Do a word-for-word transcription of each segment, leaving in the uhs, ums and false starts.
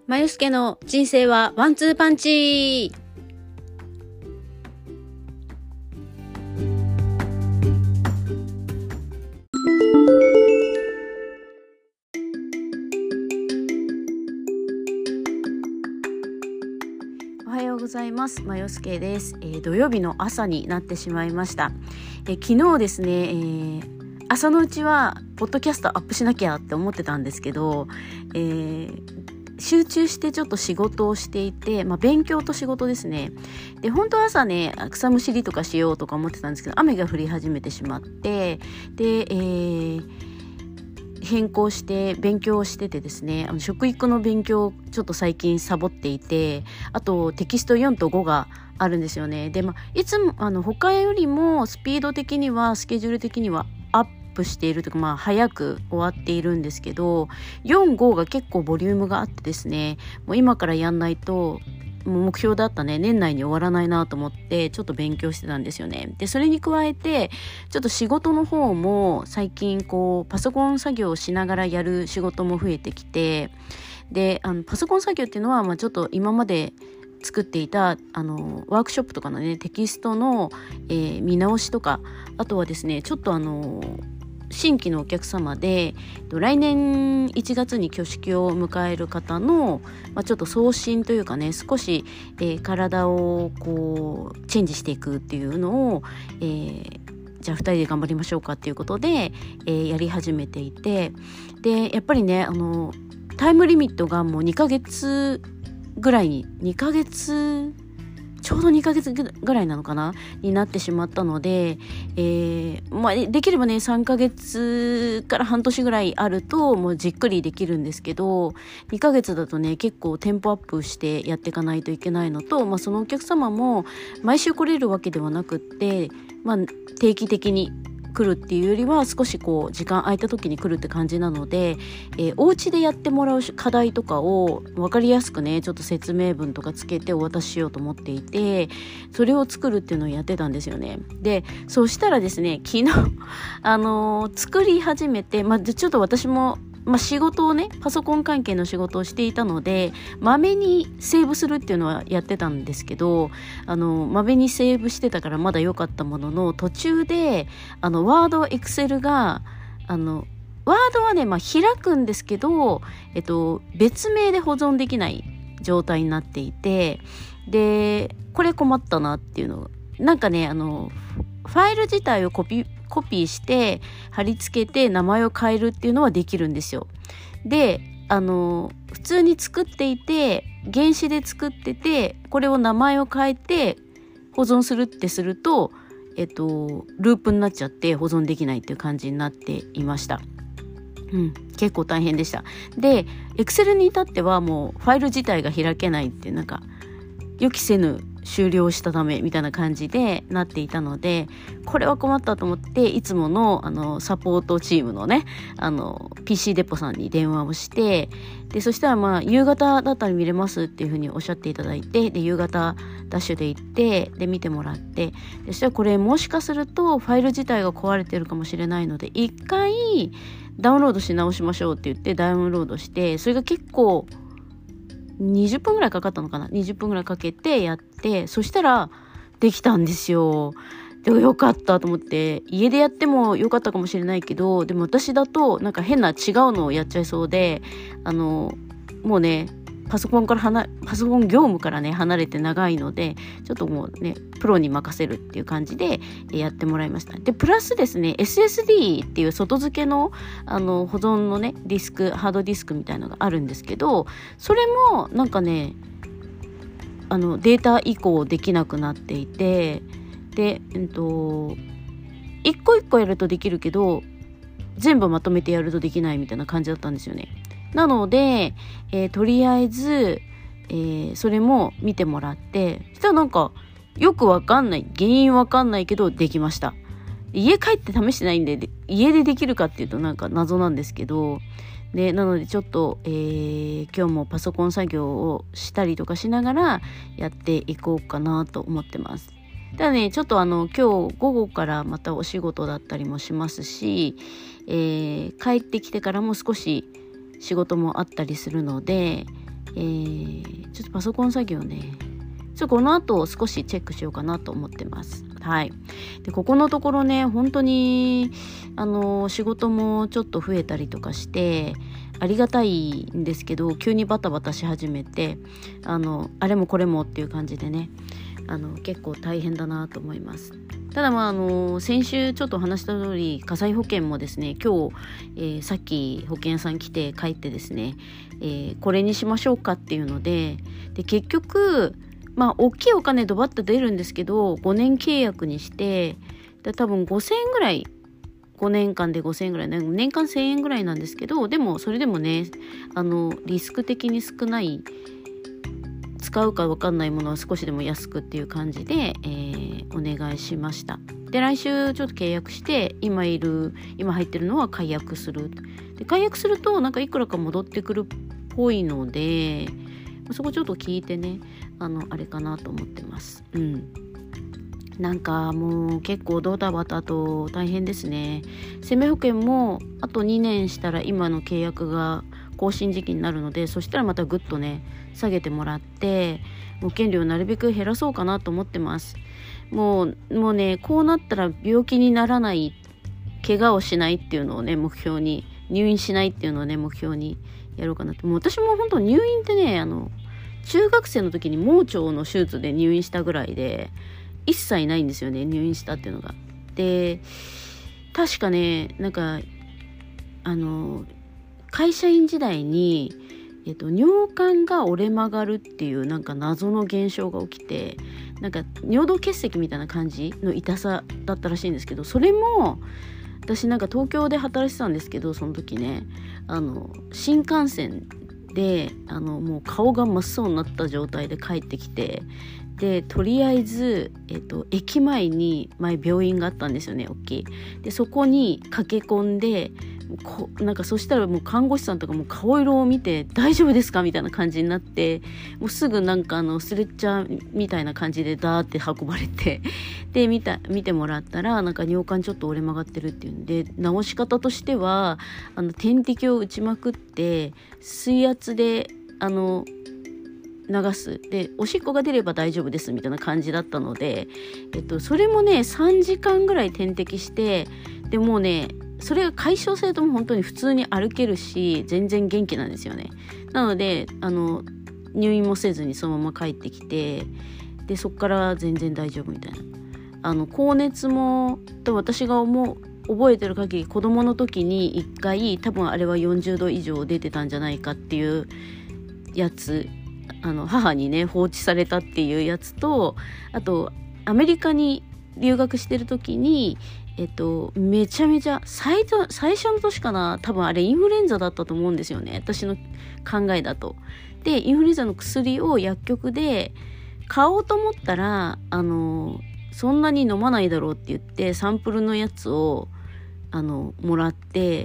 まゆすけの人生はワンツーパンチ。おはようございます。まゆすけです、えー、土曜日の朝になってしまいました。えー、昨日ですね、えー朝のうちはポッドキャストアップしなきゃって思ってたんですけど、えー、集中してちょっと仕事をしていて、まあ、勉強と仕事ですね。で、本当は朝ね草むしりとかしようとか思ってたんですけど、雨が降り始めてしまって、で、えー、変更して勉強をしててですね、あの食育の勉強をちょっと最近サボっていて、あとテキストよんとごがあるんですよね。で、まあ、いつもあの他よりもスピード的にはスケジュール的にはアップしているというか、まあ早く終わっているんですけど、よん、ごが結構ボリュームがあってですね、もう今からやんないともう目標だったね年内に終わらないなと思ってちょっと勉強してたんですよね。で、それに加えてちょっと仕事の方も最近こうパソコン作業をしながらやる仕事も増えてきて、で、あのパソコン作業っていうのは、まあ、ちょっと今まで作っていたあのワークショップとかのねテキストの、えー、見直しとか、あとはですねちょっとあの新規のお客様で来年いちがつに挙式を迎える方の、まあ、ちょっと送信というかね、少し、えー、体をこうチェンジしていくっていうのを、えー、じゃあふたりで頑張りましょうかっていうことで、えー、やり始めていて、でやっぱりねあのタイムリミットがもうにかげつぐらいににかげつちょうどにかげつぐらいなのかなになってしまったので、えーまあ、できればねさんかげつから半年ぐらいあるともうじっくりできるんですけど、にかげつだとね結構テンポアップしてやっていかないといけないのと、まあ、そのお客様も毎週来れるわけではなくって、まあ、定期的に来るっていうよりは少しこう時間空いた時に来るって感じなので、えー、お家でやってもらう課題とかを分かりやすくねちょっと説明文とかつけてお渡ししようと思っていて、それを作るっていうのをやってたんですよね。で、そうしたらですね昨日あのー、作り始めて、まあ、ちょっと私もまあ、仕事をねパソコン関係の仕事をしていたのでまめにセーブするっていうのはやってたんですけど、あのまめにセーブしてたからまだ良かったものの、途中であのワードエクセルがあのワードはね、まあ、開くんですけど、えっと、別名で保存できない状態になっていて、でこれ困ったなっていうのなんかねあのファイル自体をコピコピーして貼り付けて名前を変えるっていうのはできるんですよ。で、あの普通に作っていて原子で作っててこれを名前を変えて保存するってすると、えっと、ループになっちゃって保存できないっていう感じになっていました。うん、結構大変でした。で、Excel に至ってはもうファイル自体が開けないってなんか予期せぬ終了したためみたいな感じでなっていたので、これは困ったと思っていつものあのサポートチームのねあの ピーシー デポさんに電話をして、でそしたらまあ夕方だったら見れますっていうふうにおっしゃっていただいて、で夕方ダッシュで行ってで見てもらって、でそしたらこれもしかするとファイル自体が壊れてるかもしれないので一回ダウンロードし直しましょうって言ってダウンロードして、それが結構にじゅっぷんぐらいかかったのかなにじゅっぷんぐらいかけてやって、そしたらできたんですよ。でよかったと思って、家でやってもよかったかもしれないけど、でも私だとなんか変な違うのをやっちゃいそうで、あのもうねパソコンから離パソコン業務からね離れて長いので、ちょっともうねプロに任せるっていう感じでやってもらいました。でプラスですね エスエスディー っていう外付けのあの保存のねディスクハードディスクみたいなのがあるんですけど、それもなんかねあのデータ移行できなくなっていて、でえっと一個一個やるとできるけど全部まとめてやるとできないみたいな感じだったんですよね。なので、えー、とりあえず、えー、それも見てもらって、そしたらなんかよくわかんない原因わかんないけどできました。家帰って試してないんで、で家でできるかっていうとなんか謎なんですけど、でなのでちょっと、えー、今日もパソコン作業をしたりとかしながらやっていこうかなと思ってます。ただねちょっとあの今日午後からまたお仕事だったりもしますし、えー、帰ってきてからも少し仕事もあったりするので、ええー、ちょっとパソコン作業ね、ちょっとこの後少しチェックしようかなと思ってます。はい。で、ここのところね、本当にあの仕事もちょっと増えたりとかしてありがたいんですけど、急にバタバタし始めて、あのあれもこれもっていう感じでね、あの結構大変だなと思います。ただまああの先週ちょっと話した通り、火災保険もですね、今日、えー、さっき保険屋さん来て帰ってですね、えー、これにしましょうかっていうので、で結局まあ大きいお金ドバッと出るんですけど、ごねん契約にして、で多分ごせんえんぐらい、ごねんかんでごせんえんぐらい、年間せんえんぐらいなんですけど、でもそれでもね、あのリスク的に少ない、使うか分かんないものは少しでも安くっていう感じで、えー、お願いしました。で来週ちょっと契約して、今いる今入ってるのは解約する。で解約するとなんかいくらか戻ってくるっぽいので、そこちょっと聞いてね、あのあれかなと思ってます。うん。なんかもう結構ドタバタと大変ですね。生命保険もあとにねんしたら今の契約が更新時期になるので、そしたらまたぐっとね下げてもらって、保険料をなるべく減らそうかなと思ってます。もうもうね、こうなったら病気にならない、怪我をしないっていうのをね目標に、入院しないっていうのをね目標にやろうかなって。もう私も本当入院ってね、あの中学生の時に盲腸の手術で入院したぐらいで、一切ないんですよね、入院したっていうのが。で確かね、なんかあの会社員時代に、えっと、尿管が折れ曲がるっていうなんか謎の現象が起きて、なんか尿道結石みたいな感じの痛さだったらしいんですけど、それも私なんか東京で働いてたんですけど、その時ね、あの新幹線であのもう顔が真っ青になった状態で帰ってきて、でとりあえず、えっと、駅前に前病院があったんですよね、大きい。でそこに駆け込んで、こなんかそしたらもう看護師さんとかも顔色を見て大丈夫ですかみたいな感じになって、もうすぐなんかあのスレッチャーみたいな感じでダーって運ばれて、で見た見てもらったらなんか尿管ちょっと折れ曲がってるっていうんで、治し方としてはあの点滴を打ちまくって水圧であの流す、でおしっこが出れば大丈夫ですみたいな感じだったので、えっと、それもねさんじかんぐらい点滴して、でもうねそれが解消されても本当に普通に歩けるし、全然元気なんですよね。なのであの入院もせずにそのまま帰ってきて、でそっから全然大丈夫みたいな。あの高熱も私が思う覚えてる限り、子供の時にいっかい多分あれはよんじゅうど以上出てたんじゃないかっていうやつ、あの母にね放置されたっていうやつと、あとアメリカに留学してる時に、えっと、めちゃめちゃ最初、最初の年かな、多分あれインフルエンザだったと思うんですよね、私の考えだと。でインフルエンザの薬を薬局で買おうと思ったら、あのそんなに飲まないだろうって言ってサンプルのやつをあのもらって、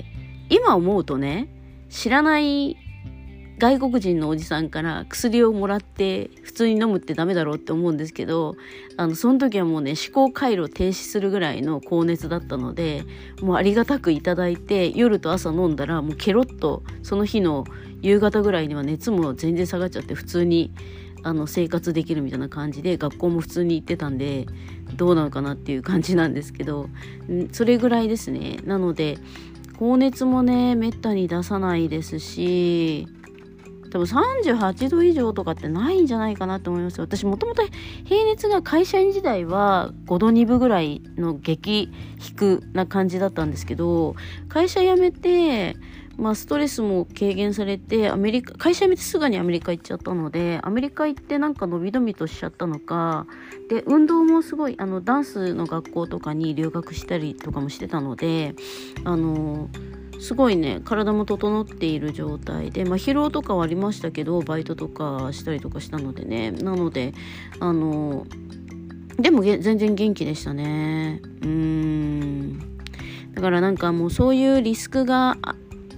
今思うとね、知らない外国人のおじさんから薬をもらって普通に飲むってダメだろうって思うんですけど、あのその時はもうね思考回路停止するぐらいの高熱だったので、もうありがたくいただいて、夜と朝飲んだらもうケロッとその日の夕方ぐらいには熱も全然下がっちゃって、普通にあの生活できるみたいな感じで、学校も普通に行ってたんでどうなのかなっていう感じなんですけど、それぐらいですね。なので高熱もねめったに出さないですし、多分さんじゅうはちど以上とかってないんじゃないかなと思います。私もともと平熱が会社員時代はごどにぶぐらいの激低な感じだったんですけど、会社辞めて、まあ、ストレスも軽減されて、アメリカ会社辞めてすぐにアメリカ行っちゃったので、アメリカ行ってなんか伸び伸びとしちゃったのかで、運動もすごいあのダンスの学校とかに留学したりとかもしてたので、あのすごいね体も整っている状態で、まあ、疲労とかはありましたけど、バイトとかしたりとかしたのでね、なのであのでも全然元気でしたね。うーんだからなんかもうそういうリスクが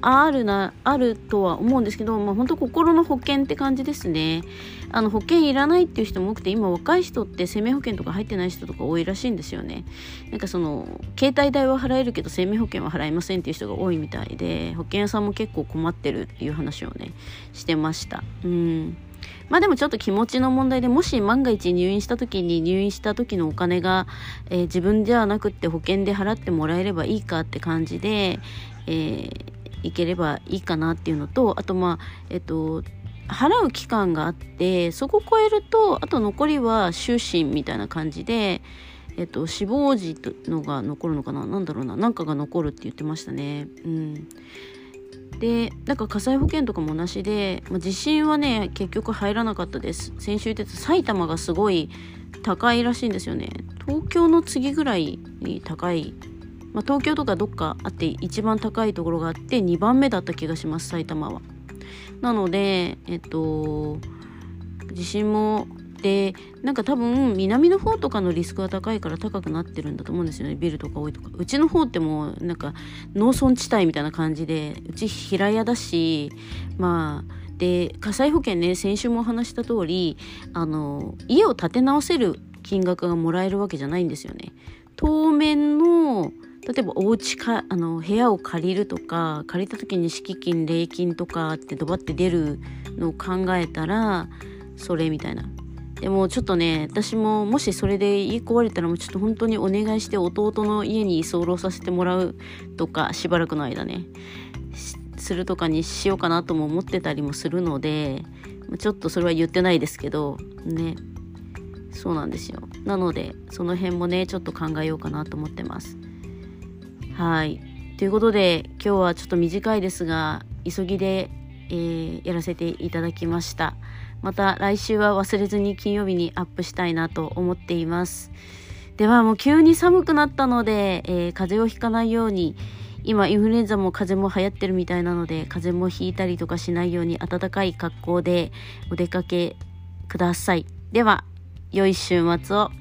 あるなあるとは思うんですけど、まあ、本当心の保険って感じですね。あの保険いらないっていう人も多くて、今若い人って生命保険とか入ってない人とか多いらしいんですよね。なんかその携帯代は払えるけど生命保険は払いませんっていう人が多いみたいで、保険屋さんも結構困ってるっていう話をねしてました。うんまあでもちょっと気持ちの問題で、もし万が一入院した時に入院した時のお金が、えー、自分じゃなくって保険で払ってもらえればいいかって感じで、えー、いければいいかなっていうのと、あとまあえっと払う期間があって、そこを超えるとあと残りは終身みたいな感じで、えっと死亡時のが残るのかな、なんだろうな、なんかが残るって言ってましたね。うんでなんか火災保険とかもなしで、まあ、地震はね結局入らなかったです。先週言ってた埼玉がすごい高いらしいんですよね。東京の次ぐらいに高い、まあ、東京とかどっかあって一番高いところがあってにばんめだった気がします、埼玉は。なのでえっと地震もでなんか多分南の方とかのリスクが高いから高くなってるんだと思うんですよね。ビルとか多いとか、うちの方ってもうなんか農村地帯みたいな感じで、うち平屋だし、まあで火災保険ね、先週もお話した通り、あの家を建て直せる金額がもらえるわけじゃないんですよね。当面の例えばお家かあの部屋を借りるとか、借りた時に敷金礼金とかってドバって出るのを考えたらそれみたいな。でもちょっとね、私ももしそれで家壊れたらもうちょっと本当にお願いして弟の家に居候させてもらうとか、しばらくの間ねするとかにしようかなとも思ってたりもするので、ちょっとそれは言ってないですけどね。そうなんですよ。なのでその辺もねちょっと考えようかなと思ってます。はいということで、今日はちょっと短いですが急ぎで、えー、やらせていただきました。また来週は忘れずに金曜日にアップしたいなと思っています。ではもう急に寒くなったので、えー、風邪をひかないように、今インフルエンザも風邪も流行ってるみたいなので、風邪もひいたりとかしないように暖かい格好でお出かけください。では良い週末を。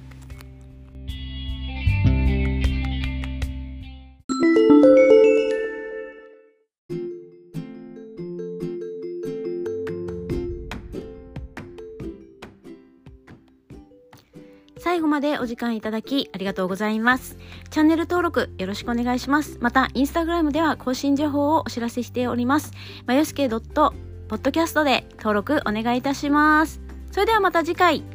最後までお時間いただきありがとうございます。チャンネル登録よろしくお願いします。またインスタグラムでは更新情報をお知らせしております。まよすけ .podcast で登録お願いいたします。それではまた次回。